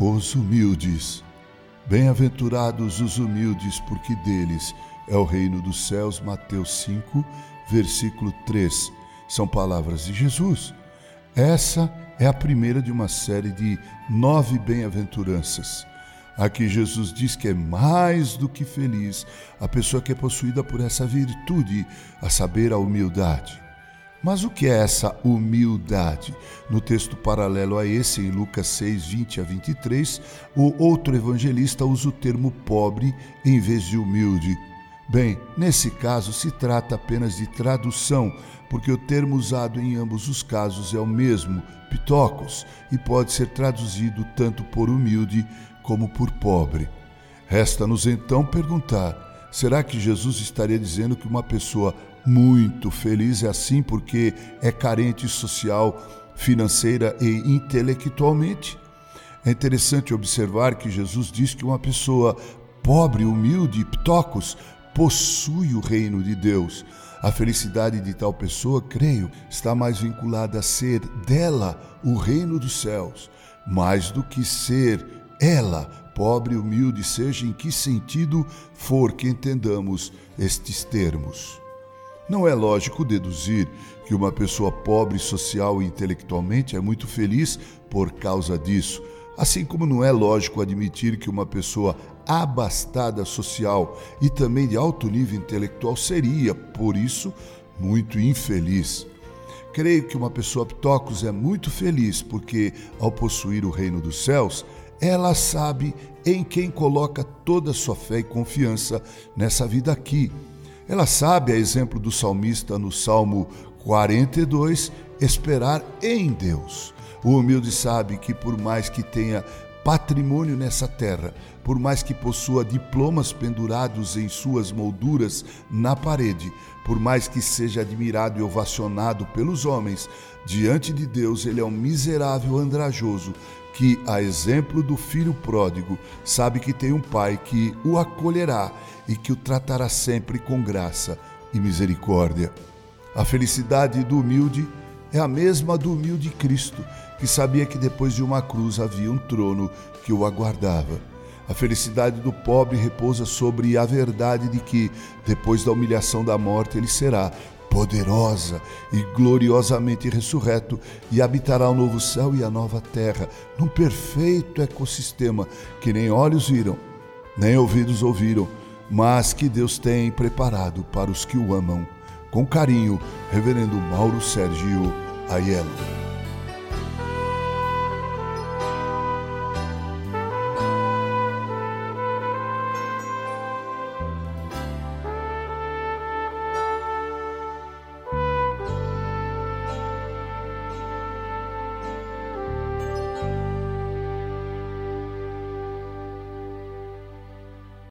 Os humildes. Bem-aventurados os humildes, porque deles é o reino dos céus. Mateus 5, versículo 3. São palavras de Jesus. Essa é a primeira de uma série de 9 bem-aventuranças. Aqui Jesus diz que é mais do que feliz a pessoa que é possuída por essa virtude, a saber, a humildade. Mas o que é essa humildade? No texto paralelo a esse, em Lucas 6, 20 a 23, o outro evangelista usa o termo pobre em vez de humilde. Bem, nesse caso se trata apenas de tradução, porque o termo usado em ambos os casos é o mesmo, pitokos, e pode ser traduzido tanto por humilde como por pobre. Resta-nos então perguntar: será que Jesus estaria dizendo que uma pessoa muito feliz é assim porque é carente social, financeira e intelectualmente? É interessante observar que Jesus diz que uma pessoa pobre, humilde, pitokos, possui o reino de Deus. A felicidade de tal pessoa, creio, está mais vinculada a ser dela o reino dos céus, mais do que ser ela, pobre, humilde, seja em que sentido for que entendamos estes termos. Não é lógico deduzir que uma pessoa pobre social e intelectualmente é muito feliz por causa disso, assim como não é lógico admitir que uma pessoa abastada social e também de alto nível intelectual seria, por isso, muito infeliz. Creio que uma pessoa pitokos é muito feliz porque, ao possuir o reino dos céus, ela sabe em quem coloca toda a sua fé e confiança nessa vida aqui. Ela sabe, a exemplo do salmista no Salmo 42, esperar em Deus. O humilde sabe que por mais que tenha patrimônio nessa terra, por mais que possua diplomas pendurados em suas molduras na parede, por mais que seja admirado e ovacionado pelos homens, diante de Deus ele é um miserável andrajoso que, a exemplo do filho pródigo, sabe que tem um pai que o acolherá e que o tratará sempre com graça e misericórdia. A felicidade do humilde é a mesma do humilde Cristo, que sabia que depois de uma cruz havia um trono que o aguardava. A felicidade do pobre repousa sobre a verdade de que, depois da humilhação da morte, ele será poderosa e gloriosamente ressurreto e habitará o novo céu e a nova terra, num perfeito ecossistema que nem olhos viram, nem ouvidos ouviram, mas que Deus tem preparado para os que o amam. Com carinho, Reverendo Mauro Sérgio Aiello.